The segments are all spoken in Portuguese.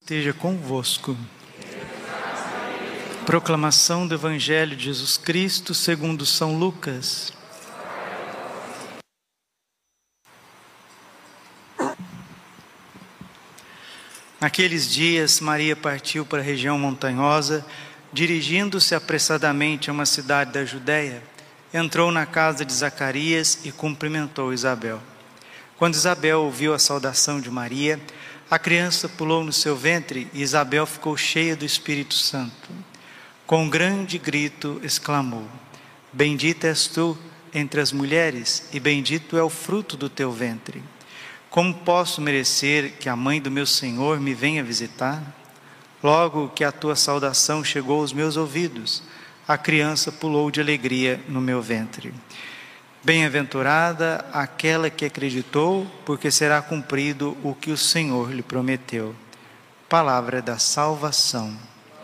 Esteja convosco. Proclamação do Evangelho de Jesus Cristo segundo São Lucas. Naqueles dias, Maria partiu para a região montanhosa, dirigindo-se apressadamente a uma cidade da Judéia, entrou na casa de Zacarias e cumprimentou Isabel. Quando Isabel ouviu a saudação de Maria, a criança pulou no seu ventre e Isabel ficou cheia do Espírito Santo. Com um grande grito exclamou: Bendita és tu entre as mulheres e bendito é o fruto do teu ventre. Como posso merecer que a mãe do meu Senhor me venha visitar? Logo que a tua saudação chegou aos meus ouvidos, a criança pulou de alegria no meu ventre. Bem-aventurada aquela que acreditou, porque será cumprido o que o Senhor lhe prometeu. Palavra da salvação.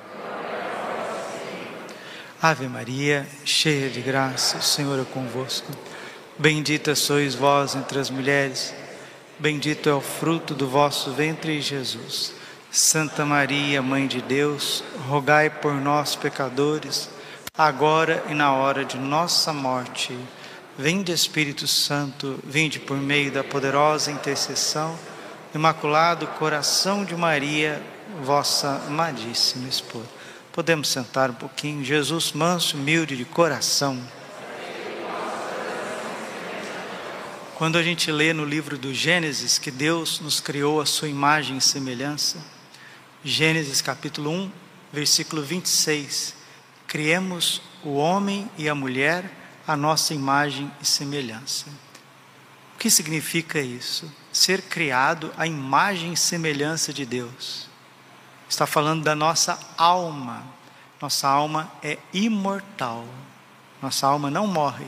Ave Maria, cheia de graça, o Senhor é convosco. Bendita sois vós entre as mulheres, bendito é o fruto do vosso ventre, Jesus. Santa Maria, Mãe de Deus, rogai por nós, pecadores, agora e na hora de nossa morte. Vinde, Espírito Santo, vinde por meio da poderosa intercessão do Imaculado Coração de Maria, vossa amadíssima esposa. Podemos sentar um pouquinho. Jesus manso, humilde de coração. Quando a gente lê no livro do Gênesis que Deus nos criou a sua imagem e semelhança, Gênesis capítulo 1, versículo 26, criemos o homem e a mulher a nossa imagem e semelhança. O que significa isso? Ser criado à imagem e semelhança de Deus. Está falando da nossa alma. Nossa alma é imortal. Nossa alma não morre.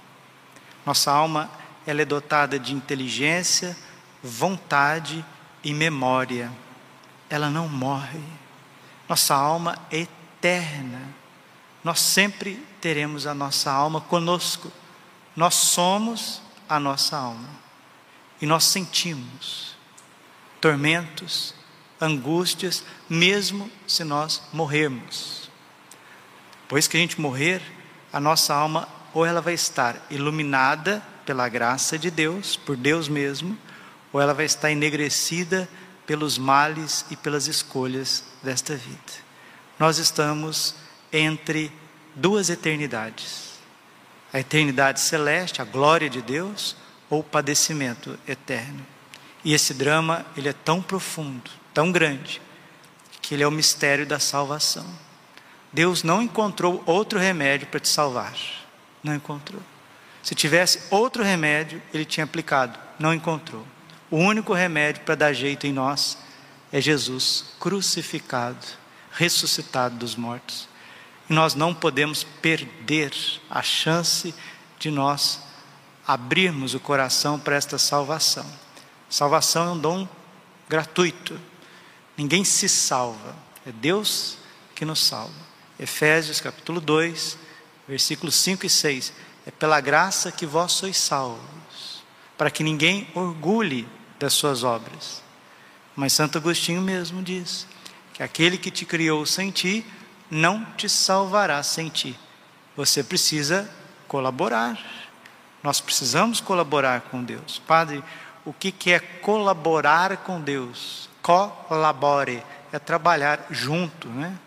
Nossa alma, ela é dotada de inteligência, vontade e memória. Ela não morre. Nossa alma é eterna. Nós sempre teremos a nossa alma conosco. Nós somos a nossa alma. E nós sentimos tormentos, angústias, mesmo se nós morrermos. Depois que a gente morrer, a nossa alma ou ela vai estar iluminada pela graça de Deus, por Deus mesmo, ou ela vai estar enegrecida pelos males e pelas escolhas desta vida. Nós estamos entre duas eternidades: a eternidade celeste, a glória de Deus, ou o padecimento eterno. E esse drama, ele é tão profundo, tão grande, que ele é o mistério da salvação. Deus não encontrou outro remédio para te salvar. Não encontrou. Se tivesse outro remédio, ele tinha aplicado. Não encontrou. O único remédio para dar jeito em nós é Jesus crucificado, ressuscitado dos mortos. E nós não podemos perder a chance de nós abrirmos o coração para esta salvação. Salvação é um dom gratuito. Ninguém se salva. É Deus que nos salva. Efésios capítulo 2, versículos 5 e 6. É pela graça que vós sois salvos, para que ninguém orgulhe das suas obras. Mas Santo Agostinho mesmo diz que aquele que te criou sem ti, não te salvará sem ti. Você precisa colaborar. Nós precisamos colaborar com Deus. Padre, o que é colaborar com Deus? Colabore, é trabalhar junto, né?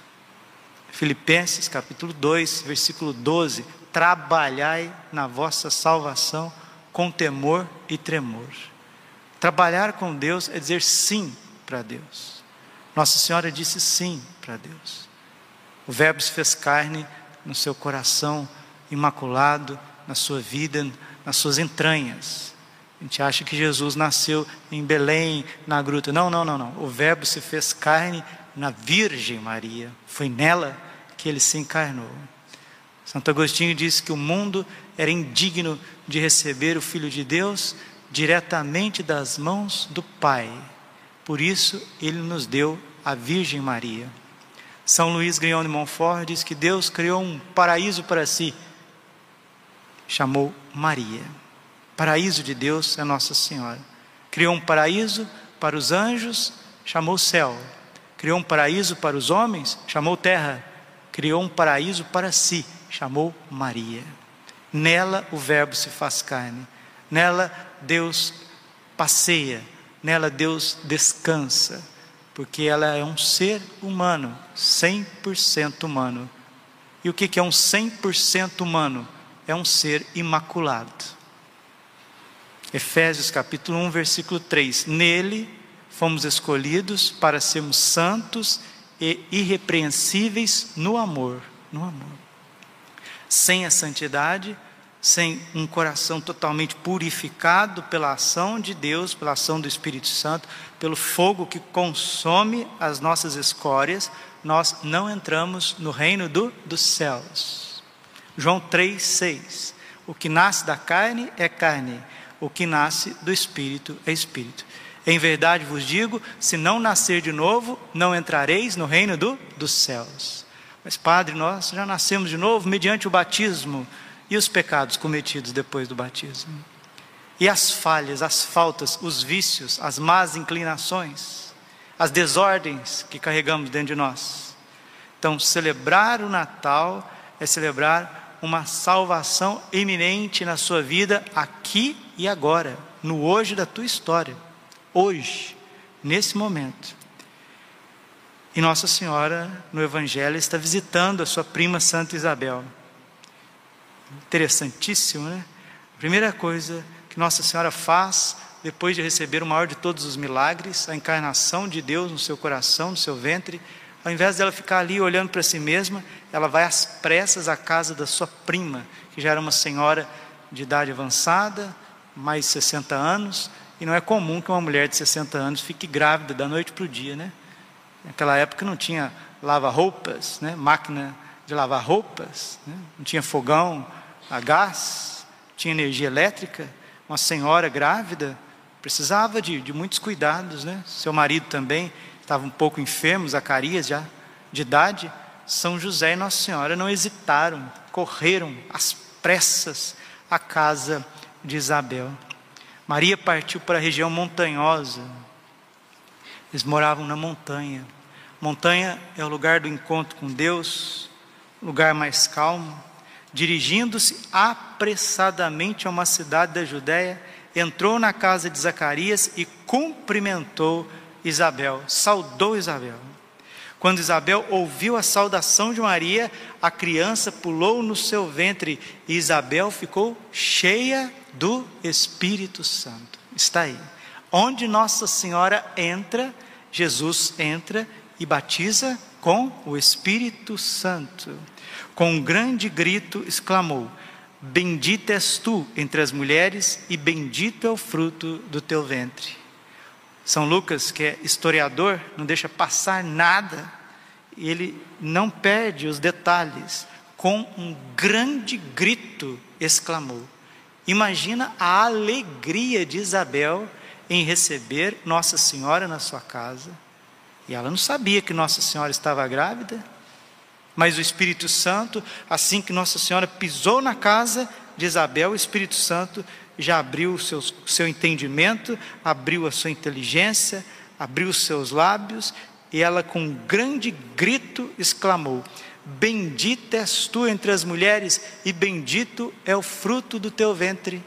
Filipenses capítulo 2, versículo 12. Trabalhai na vossa salvação com temor e tremor. Trabalhar com Deus é dizer sim para Deus. Nossa Senhora disse sim para Deus. O Verbo se fez carne no seu coração imaculado, na sua vida, nas suas entranhas. A gente acha que Jesus nasceu em Belém, na gruta. Não. O Verbo se fez carne na Virgem Maria. Foi nela que ele se encarnou. Santo Agostinho disse que o mundo era indigno de receber o Filho de Deus diretamente das mãos do Pai. Por isso, ele nos deu a Virgem Maria. São Luís Grignon de Montfort diz que Deus criou um paraíso para si. Chamou Maria. Paraíso de Deus é Nossa Senhora. Criou um paraíso para os anjos, chamou céu. Criou um paraíso para os homens, chamou terra. Criou um paraíso para si, chamou Maria. Nela o Verbo se faz carne. Nela Deus passeia. Nela Deus descansa. Porque ela é um ser humano, 100% humano. E o que é um 100% humano? É um ser imaculado. Efésios capítulo 1, versículo 3. Nele fomos escolhidos para sermos santos e irrepreensíveis no amor. No amor. Sem a santidade, sem um coração totalmente purificado pela ação de Deus, pela ação do Espírito Santo, pelo fogo que consome as nossas escórias, nós não entramos no reino dos céus. João 3,6. O que nasce da carne é carne, o que nasce do Espírito é Espírito. Em verdade vos digo, se não nascer de novo, não entrareis no reino dos céus. Mas Padre, nós já nascemos de novo mediante o batismo. E os pecados cometidos depois do batismo? E as falhas, as faltas, os vícios, as más inclinações, as desordens que carregamos dentro de nós? Então, celebrar o Natal é celebrar uma salvação iminente na sua vida, aqui e agora, no hoje da tua história. Hoje, nesse momento. E Nossa Senhora, no Evangelho, está visitando a sua prima Santa Isabel. Interessantíssimo, né? A primeira coisa que Nossa Senhora faz, depois de receber o maior de todos os milagres, a encarnação de Deus no seu coração, no seu ventre, ao invés dela ficar ali olhando para si mesma, ela vai às pressas à casa da sua prima, que já era uma senhora de idade avançada, mais de 60 anos, e não é comum que uma mulher de 60 anos fique grávida da noite para o dia, né? Naquela época não tinha lava-roupas, né? Máquina de lavar roupas, né? Não tinha fogão a gás, tinha energia elétrica. Uma senhora grávida precisava de muitos cuidados, né? Seu marido também estava um pouco enfermo, Zacarias, já de idade. São José e Nossa Senhora não hesitaram, correram às pressas à casa de Isabel. Maria partiu para a região montanhosa. Eles moravam na montanha. Montanha é o lugar do encontro com Deus, lugar mais calmo. Dirigindo-se apressadamente a uma cidade da Judéia, entrou na casa de Zacarias e cumprimentou Isabel, saudou Isabel. Quando Isabel ouviu a saudação de Maria, a criança pulou no seu ventre e Isabel ficou cheia do Espírito Santo. Está aí. Onde Nossa Senhora entra, Jesus entra e batiza com o Espírito Santo. Com um grande grito exclamou: bendita és tu entre as mulheres e bendito é o fruto do teu ventre. São Lucas, que é historiador, não deixa passar nada, ele não perde os detalhes. Com um grande grito exclamou. Imagina a alegria de Isabel em receber Nossa Senhora na sua casa. E ela não sabia que Nossa Senhora estava grávida, mas o Espírito Santo, assim que Nossa Senhora pisou na casa de Isabel, o Espírito Santo já abriu o seu entendimento, abriu a sua inteligência, abriu os seus lábios, e ela com um grande grito exclamou: bendita és tu entre as mulheres e bendito é o fruto do teu ventre.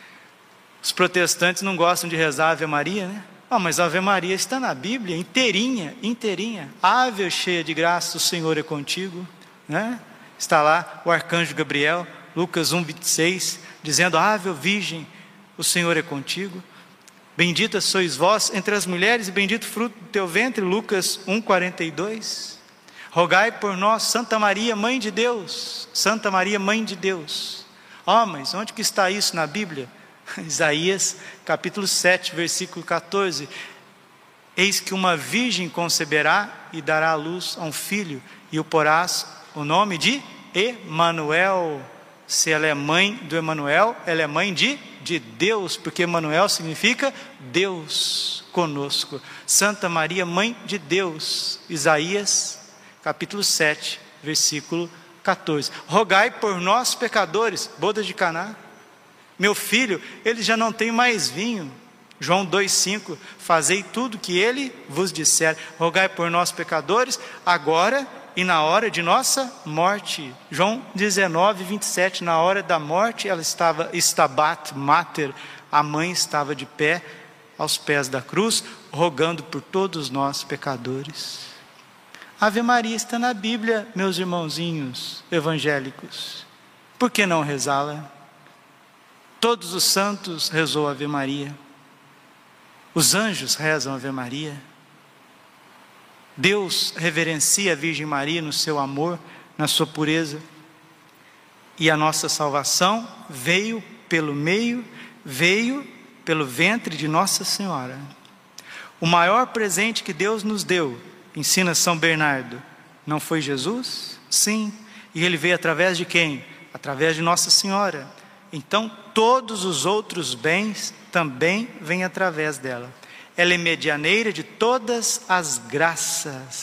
Os protestantes não gostam de rezar Ave Maria, né? Mas a Ave Maria está na Bíblia, inteirinha, inteirinha. Ave cheia de graça, o Senhor é contigo, né? Está lá o arcanjo Gabriel, Lucas 1:26, dizendo: Ave Virgem, o Senhor é contigo. Bendita sois vós entre as mulheres e bendito o fruto do teu ventre, Lucas 1:42. Rogai por nós, Santa Maria, Mãe de Deus. Santa Maria, Mãe de Deus. Mas onde que está isso na Bíblia? Isaías capítulo 7, versículo 14. Eis que uma virgem conceberá e dará à luz a um filho, e o porás o nome de Emanuel. Se ela é mãe do Emanuel, ela é mãe de Deus, porque Emanuel significa Deus conosco. Santa Maria, Mãe de Deus. Isaías capítulo 7, versículo 14. Rogai por nós pecadores. Boda de Caná. Meu filho, ele já não tem mais vinho. João 2,5, fazei tudo que ele vos disser, rogai por nós pecadores, agora e na hora de nossa morte. João 19:27, na hora da morte ela estava stabat mater, a mãe estava de pé aos pés da cruz, rogando por todos nós pecadores. Ave Maria está na Bíblia, meus irmãozinhos evangélicos, por que não rezá-la? Todos os santos rezou Ave Maria, os anjos rezam Ave Maria, Deus reverencia a Virgem Maria no seu amor, na sua pureza, e a nossa salvação veio pelo ventre de Nossa Senhora. O maior presente que Deus nos deu, ensina São Bernardo, não foi Jesus? Sim, e ele veio através de quem? Através de Nossa Senhora. Então todos os outros bens também vêm através dela. Ela é medianeira de todas as graças,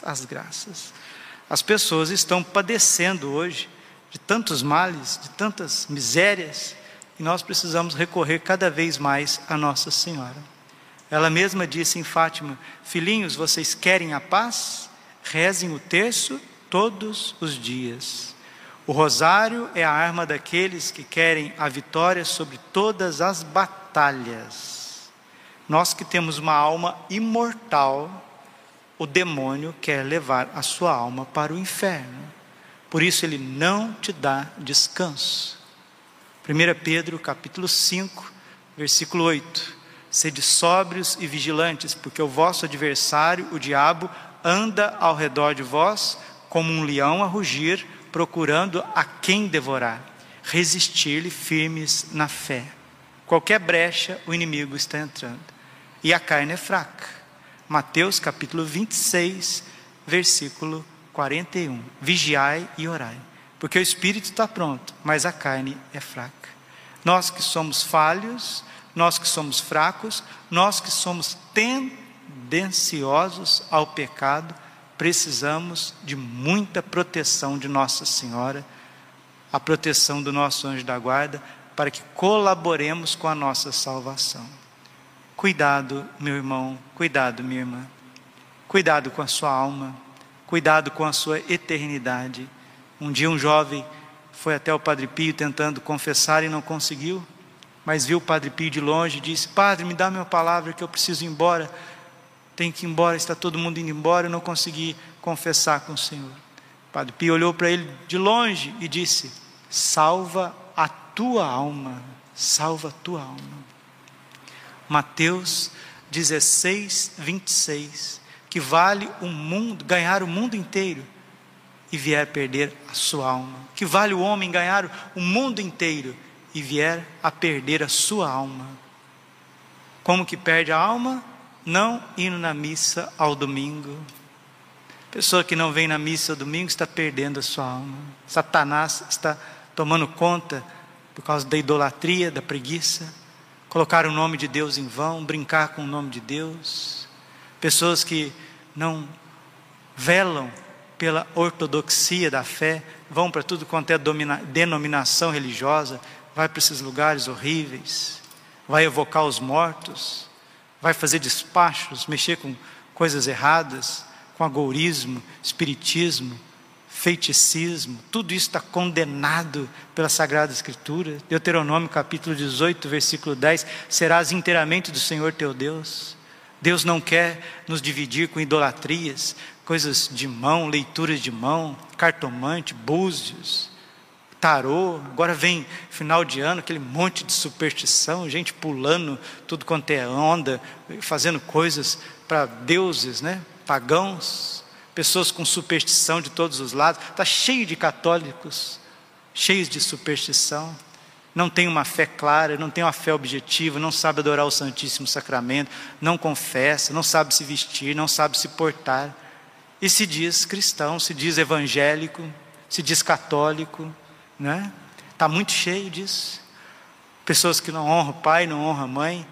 As pessoas estão padecendo hoje de tantos males, de tantas misérias, e nós precisamos recorrer cada vez mais a Nossa Senhora. Ela mesma disse em Fátima: filhinhos, vocês querem a paz? Rezem o terço todos os dias. O rosário é a arma daqueles que querem a vitória sobre todas as batalhas. Nós que temos uma alma imortal, o demônio quer levar a sua alma para o inferno. Por isso ele não te dá descanso. 1 Pedro capítulo 5, versículo 8. Sede sóbrios e vigilantes, porque o vosso adversário, o diabo, anda ao redor de vós como um leão a rugir, procurando a quem devorar. Resistir-lhe firmes na fé. Qualquer brecha o inimigo está entrando. E a carne é fraca. Mateus capítulo 26, versículo 41. Vigiai e orai, porque o espírito está pronto, mas a carne é fraca. Nós que somos falhos, nós que somos fracos, nós que somos tendenciosos ao pecado, precisamos de muita proteção de Nossa Senhora, a proteção do nosso anjo da guarda, para que colaboremos com a nossa salvação. Cuidado, meu irmão, cuidado, minha irmã, cuidado com a sua alma, cuidado com a sua eternidade. Um dia um jovem foi até o Padre Pio tentando confessar e não conseguiu, mas viu o Padre Pio de longe e disse: Padre, me dá minha palavra que eu preciso ir embora, tenho que ir embora, está todo mundo indo embora, eu não consegui confessar com o Senhor. O Padre Pio olhou para ele de longe e disse: salva a tua alma, salva a tua alma. Mateus 16, 26, que vale o mundo, ganhar o mundo inteiro e vier perder a sua alma. Que vale o homem ganhar o mundo inteiro e vier a perder a sua alma. Como que perde a alma? Não indo na missa ao domingo. Pessoa que não vem na missa ao domingo está perdendo a sua alma. Satanás está tomando conta por causa da idolatria, da preguiça. Colocar o nome de Deus em vão, brincar com o nome de Deus. Pessoas que não velam pela ortodoxia da fé, vão para tudo quanto é denominação religiosa, vai para esses lugares horríveis, vai evocar os mortos, vai fazer despachos, mexer com coisas erradas, com agourismo, espiritismo, feiticismo. Tudo isso está condenado pela Sagrada Escritura. Deuteronômio capítulo 18, versículo 10, serás inteiramente do Senhor teu Deus. Deus não quer nos dividir com idolatrias, coisas de mão, leituras de mão, cartomante, búzios, tarô. Agora vem final de ano, aquele monte de superstição, gente pulando tudo quanto é onda, fazendo coisas para deuses, pagãos, pessoas com superstição de todos os lados. Está cheio de católicos, cheios de superstição, não tem uma fé clara, não tem uma fé objetiva, não sabe adorar o Santíssimo Sacramento, não confessa, não sabe se vestir, não sabe se portar, e se diz cristão, se diz evangélico, se diz católico, está muito cheio disso. Pessoas que não honram o pai, não honram a mãe,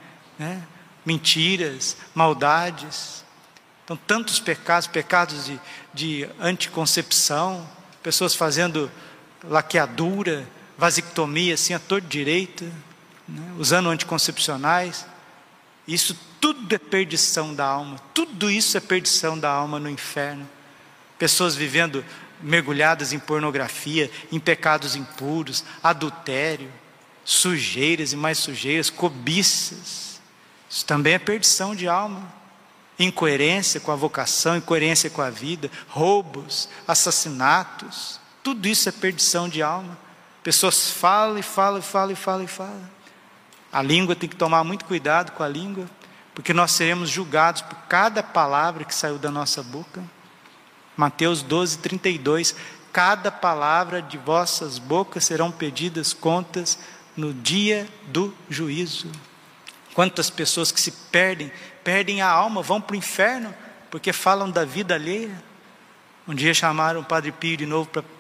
mentiras, maldades. Então tantos pecados, pecados de anticoncepção, pessoas fazendo laqueadura, vasectomia assim a torto direito, usando anticoncepcionais. Isso tudo é perdição da alma, tudo isso é perdição da alma no inferno. Pessoas vivendo mergulhadas em pornografia, em pecados impuros, adultério, sujeiras e mais sujeiras, cobiças. Isso também é perdição de alma. Incoerência com a vocação, incoerência com a vida, roubos, assassinatos, tudo isso é perdição de alma. Pessoas falam e falam e falam e falam e falam. A língua, tem que tomar muito cuidado com a língua, porque nós seremos julgados por cada palavra que saiu da nossa boca. Mateus 12:32, cada palavra de vossas bocas serão pedidas contas no dia do juízo. Quantas pessoas que se perdem a alma, vão para o inferno, porque falam da vida alheia. Um dia chamaram o Padre Pio de novo para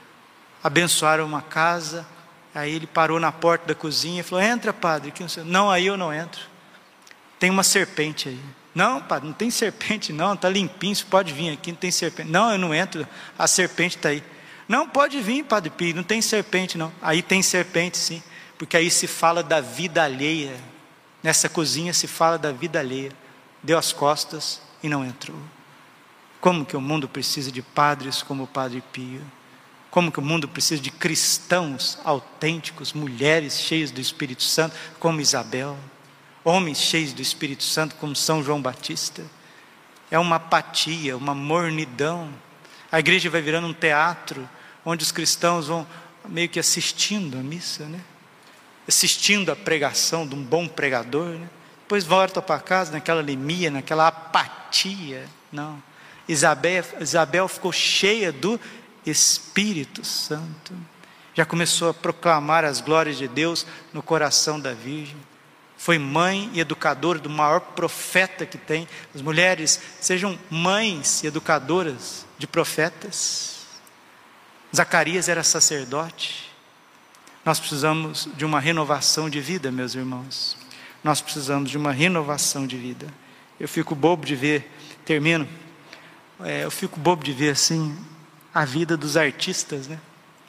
abençoar uma casa. Aí ele parou na porta da cozinha e falou: entra, padre. Não, aí eu não entro. Tem uma serpente aí. Não, padre, não tem serpente não, está limpinho, você pode vir aqui, não tem serpente. Não, eu não entro, a serpente está aí. Não, pode vir, Padre Pio, não tem serpente não. Aí tem serpente sim, porque aí se fala da vida alheia. Nessa cozinha se fala da vida alheia. Deu as costas e não entrou. Como que o mundo precisa de padres como o Padre Pio? Como que o mundo precisa de cristãos autênticos, mulheres cheias do Espírito Santo como Isabel, homens cheios do Espírito Santo como São João Batista? É uma apatia, uma mornidão. A igreja vai virando um teatro onde os cristãos vão meio que assistindo a missa, né? Assistindo a pregação de um bom pregador, né? Depois voltam para casa naquela anemia, naquela apatia. Não, Isabel ficou cheia do Espírito Santo, já começou a proclamar as glórias de Deus no coração da Virgem. Foi mãe e educadora do maior profeta que tem. As mulheres sejam mães e educadoras de profetas. Zacarias era sacerdote. Nós precisamos de uma renovação de vida, meus irmãos. Nós precisamos de uma renovação de vida. Eu fico bobo de ver, termino, eu fico bobo de ver assim a vida dos artistas, né?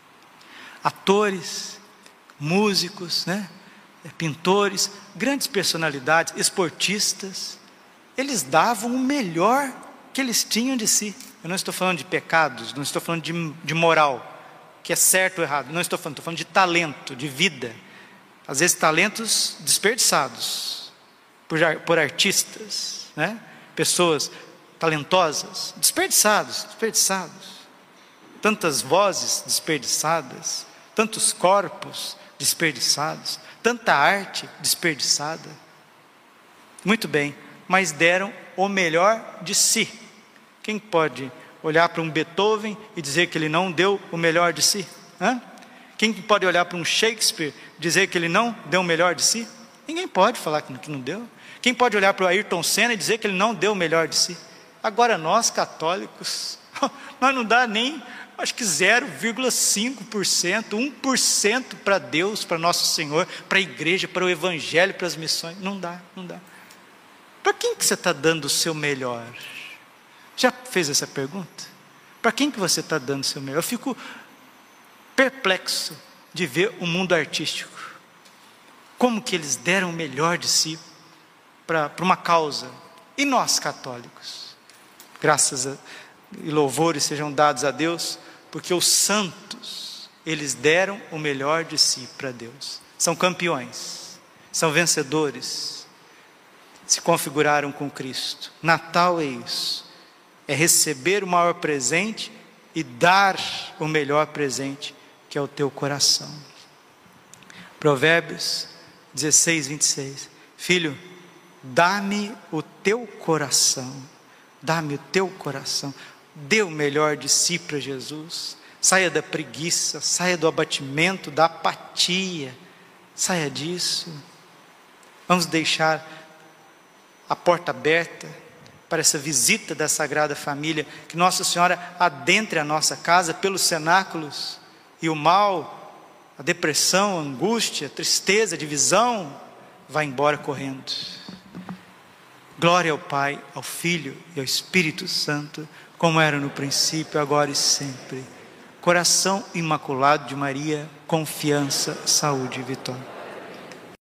Atores, músicos, né? Pintores, grandes personalidades, esportistas. Eles davam o melhor que eles tinham de si. Eu não estou falando de pecados, não estou falando de moral, que é certo ou errado. Não estou falando de talento, de vida. Às vezes talentos desperdiçados por artistas, né? Pessoas talentosas, desperdiçados. Tantas vozes desperdiçadas, tantos corpos desperdiçados, tanta arte desperdiçada. Muito bem, mas deram o melhor de si. Quem pode olhar para um Beethoven e dizer que ele não deu o melhor de si? Quem pode olhar para um Shakespeare e dizer que ele não deu o melhor de si? Ninguém pode falar que não deu. Quem pode olhar para o Ayrton Senna e dizer que ele não deu o melhor de si? Agora nós católicos, nós não dá nem, acho que 0,5%, 1% para Deus, para Nosso Senhor, para a igreja, para o Evangelho, para as missões. Não dá. Para quem que você está dando o seu melhor? Já fez essa pergunta? Para quem que você está dando o seu melhor? Eu fico perplexo de ver o mundo artístico. Como que eles deram o melhor de si para uma causa? E nós católicos? Graças e louvores sejam dados a Deus, porque os santos, eles deram o melhor de si para Deus. São campeões, são vencedores, se configuraram com Cristo. Natal é isso, é receber o maior presente e dar o melhor presente, que é o teu coração. Provérbios 16:26. Filho, dá-me o teu coração. Dá-me o teu coração. Dê o melhor de si para Jesus. Saia da preguiça, saia do abatimento, da apatia. Saia disso. Vamos deixar a porta aberta para essa visita da Sagrada Família. Que Nossa Senhora adentre a nossa casa pelos cenáculos. E o mal, a depressão, a angústia, a tristeza, a divisão, vá embora correndo. Glória ao Pai, ao Filho e ao Espírito Santo, como era no princípio, agora e sempre. Coração imaculado de Maria, confiança, saúde e vitória.